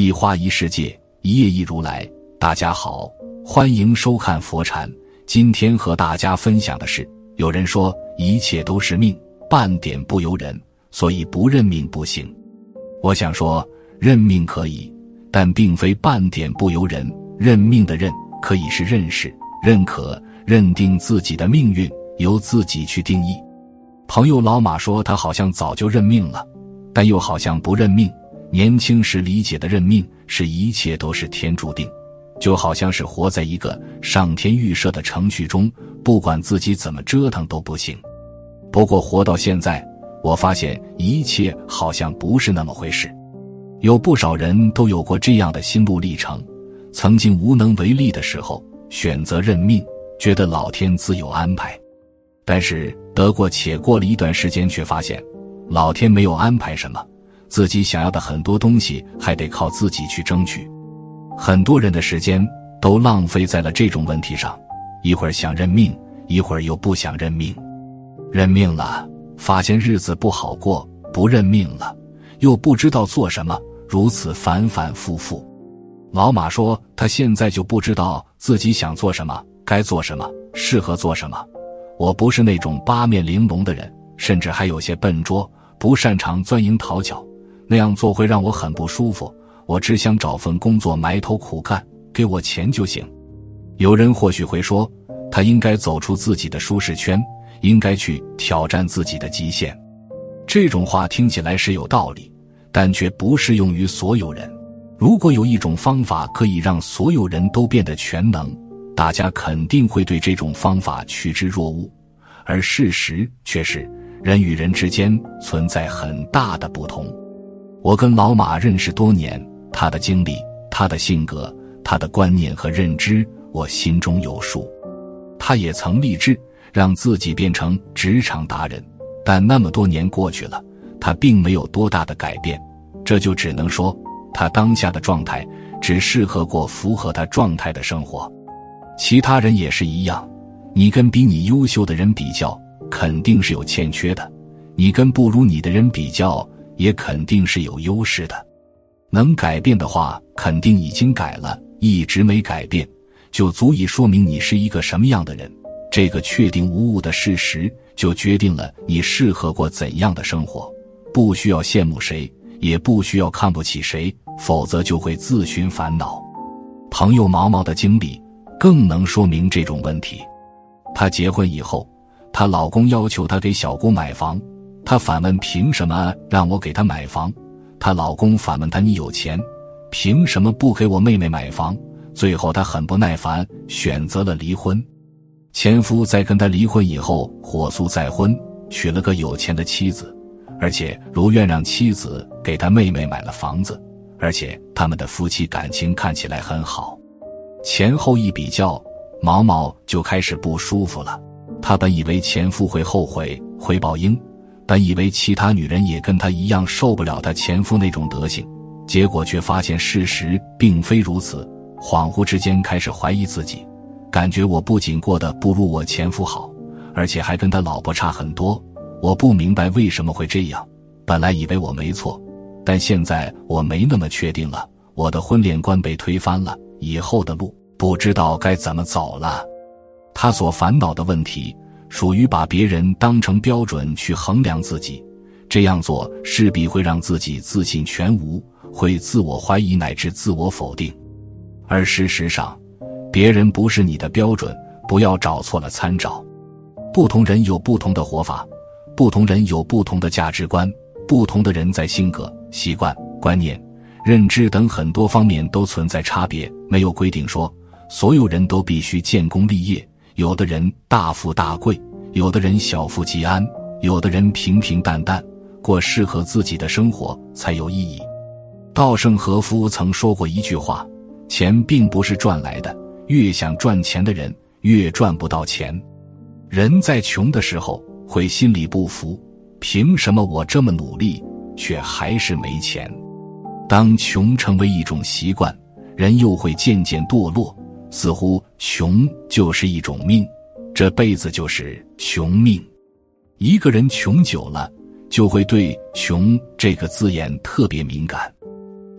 一花一世界，一叶一如来。大家好，欢迎收看佛禅。今天和大家分享的是，有人说一切都是命，半点不由人，所以不认命不行。我想说，认命可以，但并非半点不由人。认命的认可以是认识、认可、认定自己的命运，由自己去定义。朋友老马说，他好像早就认命了，但又好像不认命。年轻时理解的认命是一切都是天注定，就好像是活在一个上天预设的程序中，不管自己怎么折腾都不行。不过活到现在，我发现一切好像不是那么回事。有不少人都有过这样的心路历程，曾经无能为力的时候，选择认命，觉得老天自有安排。但是得过且过了一段时间，却发现老天没有安排什么，自己想要的很多东西还得靠自己去争取。很多人的时间都浪费在了这种问题上，一会儿想认命，一会儿又不想认命。认命了，发现日子不好过；不认命了，又不知道做什么，如此反反复复。老马说，他现在就不知道自己想做什么，该做什么，适合做什么。我不是那种八面玲珑的人，甚至还有些笨拙，不擅长钻营讨巧，那样做会让我很不舒服。我只想找份工作埋头苦干，给我钱就行。有人或许会说，他应该走出自己的舒适圈，应该去挑战自己的极限。这种话听起来是有道理，但却不适用于所有人。如果有一种方法可以让所有人都变得全能，大家肯定会对这种方法趋之若鹜。而事实却是，人与人之间存在很大的不同。我跟老马认识多年，他的经历、他的性格、他的观念和认知，我心中有数。他也曾立志让自己变成职场达人，但那么多年过去了，他并没有多大的改变。这就只能说，他当下的状态只适合过符合他状态的生活。其他人也是一样，你跟比你优秀的人比较，肯定是有欠缺的；你跟不如你的人比较，也肯定是有优势的。能改变的话，肯定已经改了；一直没改变，就足以说明你是一个什么样的人。这个确定无误的事实，就决定了你适合过怎样的生活。不需要羡慕谁，也不需要看不起谁，否则就会自寻烦恼。朋友毛毛的经历更能说明这种问题。她结婚以后，她老公要求她给小姑买房，她反问凭什么让我给她买房？她老公反问她，你有钱，凭什么不给我妹妹买房？最后她很不耐烦，选择了离婚。前夫在跟她离婚以后火速再婚，娶了个有钱的妻子，而且如愿让妻子给她妹妹买了房子，而且他们的夫妻感情看起来很好。前后一比较，毛毛就开始不舒服了。她本以为前夫会后悔会报应，本以为其他女人也跟她一样受不了她前夫那种德行，结果却发现事实并非如此。恍惚之间开始怀疑自己，感觉我不仅过得不如我前夫好，而且还跟他老婆差很多。我不明白为什么会这样，本来以为我没错，但现在我没那么确定了。我的婚恋观被推翻了，以后的路不知道该怎么走了。他所烦恼的问题属于把别人当成标准去衡量自己，这样做势必会让自己自信全无，会自我怀疑乃至自我否定。而事实上，别人不是你的标准，不要找错了参照。不同人有不同的活法，不同人有不同的价值观，不同的人在性格、习惯、观念、认知等很多方面都存在差别。没有规定说所有人都必须建功立业，有的人大富大贵，有的人小富即安，有的人平平淡淡，过适合自己的生活才有意义。稻盛和夫曾说过一句话，钱并不是赚来的，越想赚钱的人越赚不到钱。人在穷的时候会心里不服，凭什么我这么努力却还是没钱？当穷成为一种习惯，人又会渐渐堕落，似乎穷就是一种命，这辈子就是穷命。一个人穷久了，就会对穷这个字眼特别敏感。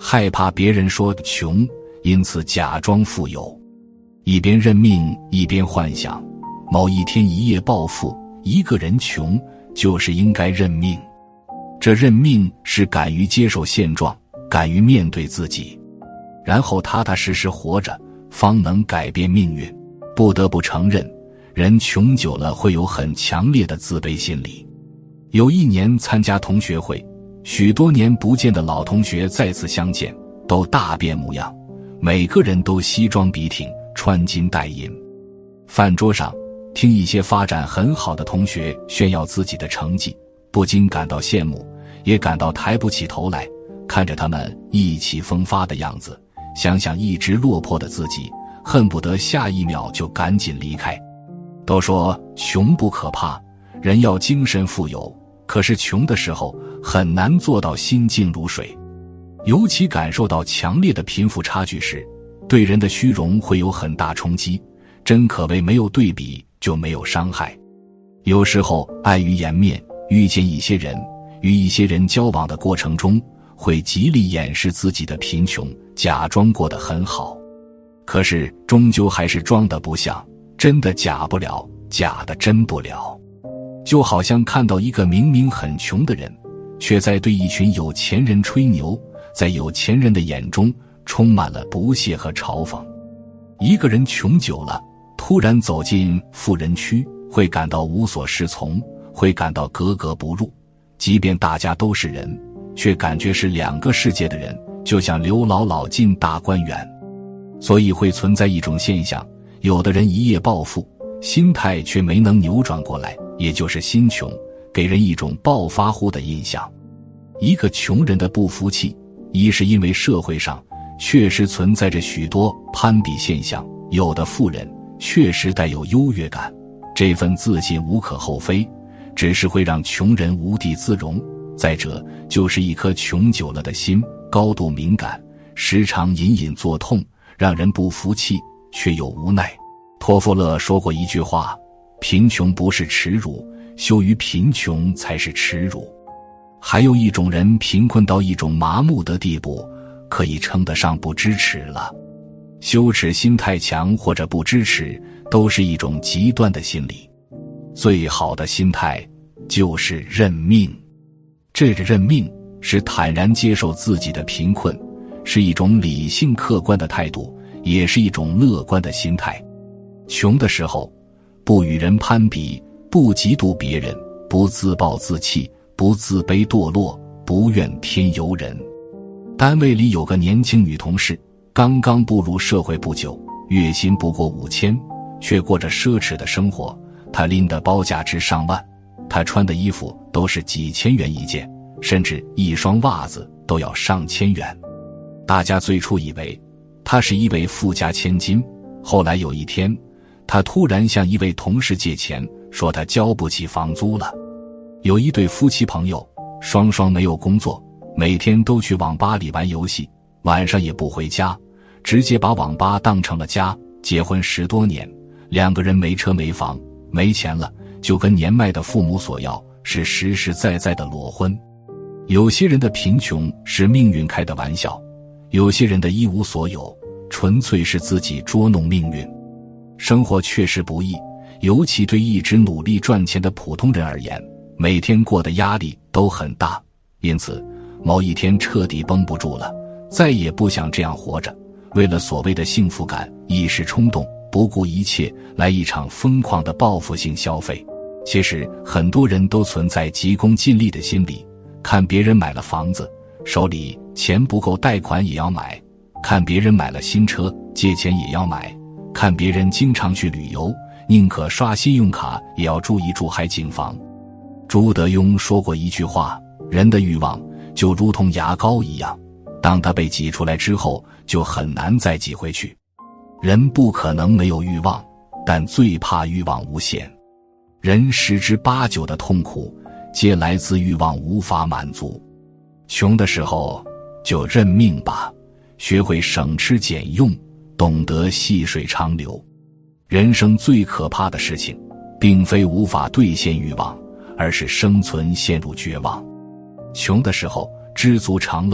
害怕别人说穷，因此假装富有，一边认命一边幻想某一天一夜暴富。一个人穷就是应该认命，这认命是敢于接受现状，敢于面对自己，然后踏踏实实活着，方能改变命运。不得不承认，人穷久了会有很强烈的自卑心理。有一年参加同学会，许多年不见的老同学再次相见，都大变模样，每个人都西装笔挺，穿金戴银。饭桌上听一些发展很好的同学炫耀自己的成绩，不禁感到羡慕，也感到抬不起头来。看着他们意气风发的样子，想想一直落魄的自己，恨不得下一秒就赶紧离开。都说穷不可怕，人要精神富有，可是穷的时候很难做到心静如水。尤其感受到强烈的贫富差距时，对人的虚荣会有很大冲击，真可谓没有对比就没有伤害。有时候碍于颜面，遇见一些人，与一些人交往的过程中，会极力掩饰自己的贫穷，假装过得很好。可是终究还是装得不像，真的假不了，假的真不了。就好像看到一个明明很穷的人，却在对一群有钱人吹牛，在有钱人的眼中充满了不屑和嘲讽。一个人穷久了，突然走进富人区，会感到无所适从，会感到格格不入。即便大家都是人，却感觉是两个世界的人，就像刘姥姥进大观园。所以会存在一种现象，有的人一夜暴富，心态却没能扭转过来，也就是心穷，给人一种暴发户的印象。一个穷人的不服气，一是因为社会上确实存在着许多攀比现象，有的富人确实带有优越感，这份自信无可厚非，只是会让穷人无地自容。再者就是一颗穷久了的心，高度敏感，时常隐隐作痛，让人不服气却又无奈。托夫勒说过一句话，贫穷不是耻辱，羞于贫穷才是耻辱。还有一种人贫困到一种麻木的地步，可以称得上不支持了。羞耻心太强或者不支持，都是一种极端的心理。最好的心态就是认命。这个认命是坦然接受自己的贫困，是一种理性客观的态度，也是一种乐观的心态。穷的时候，不与人攀比，不嫉妒别人，不自暴自弃，不自卑堕落，不怨天尤人。单位里有个年轻女同事，刚刚步入社会不久，月薪不过5000，却过着奢侈的生活。她拎的包价值上万，她穿的衣服都是几千元一件，甚至一双袜子都要上千元。大家最初以为她是一位富家千金，后来有一天，她突然向一位同事借钱，说她交不起房租了。有一对夫妻朋友，双双没有工作，每天都去网吧里玩游戏，晚上也不回家，直接把网吧当成了家。结婚10多年，两个人没车没房，没钱了就跟年迈的父母索要，是实实在在的裸婚。有些人的贫穷是命运开的玩笑，有些人的一无所有纯粹是自己捉弄命运。生活确实不易，尤其对一直努力赚钱的普通人而言，每天过的压力都很大。因此某一天彻底绷不住了，再也不想这样活着，为了所谓的幸福感，一时冲动，不顾一切来一场疯狂的报复性消费。其实很多人都存在急功近利的心理，看别人买了房子，手里钱不够贷款也要买，看别人买了新车，借钱也要买，看别人经常去旅游，宁可刷信用卡也要住一住海景房。朱德庸说过一句话，人的欲望就如同牙膏一样，当它被挤出来之后，就很难再挤回去。人不可能没有欲望，但最怕欲望无限。人10之8九的痛苦，皆来自欲望无法满足。穷的时候就认命吧，学会省吃俭用，懂得细水长流。人生最可怕的事情，并非无法兑现欲望，而是生存陷入绝望。穷的时候知足常乐，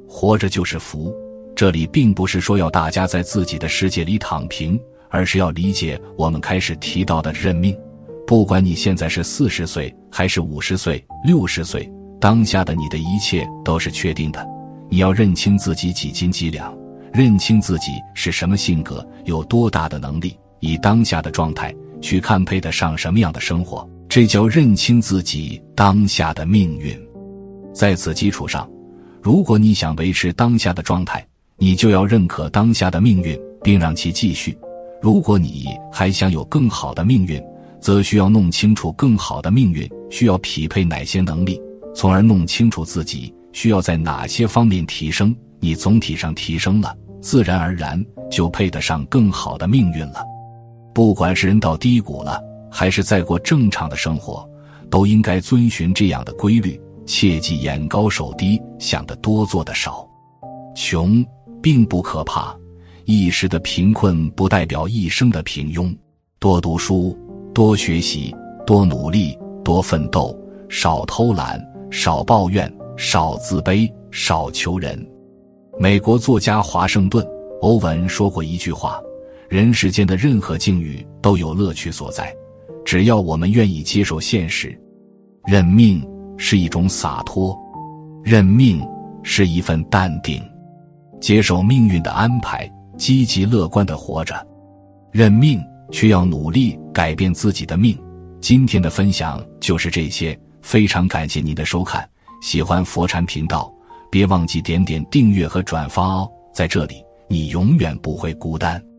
活着就是福。这里并不是说要大家在自己的世界里躺平，而是要理解我们开始提到的认命。不管你现在是40岁还是50岁、60岁，当下的你的一切都是确定的。你要认清自己几斤几两，认清自己是什么性格，有多大的能力，以当下的状态去看配得上什么样的生活，这叫认清自己当下的命运。在此基础上，如果你想维持当下的状态，你就要认可当下的命运，并让其继续。如果你还想有更好的命运，则需要弄清楚更好的命运需要匹配哪些能力，从而弄清楚自己需要在哪些方面提升。你总体上提升了，自然而然就配得上更好的命运了。不管是人到低谷了，还是在过正常的生活，都应该遵循这样的规律，切忌眼高手低，想得多做得少。穷并不可怕，一时的贫困不代表一生的平庸。多读书，多学习，多努力，多奋斗，少偷懒，少抱怨，少自卑，少求人。美国作家华盛顿·欧文说过一句话：人世间的任何境遇都有乐趣所在，只要我们愿意接受现实。认命是一种洒脱，认命是一份淡定，接受命运的安排，积极乐观地活着。认命却要努力改变自己的命。今天的分享就是这些，非常感谢您的收看。喜欢佛禅频道，别忘记点点订阅和转发哦，在这里你永远不会孤单。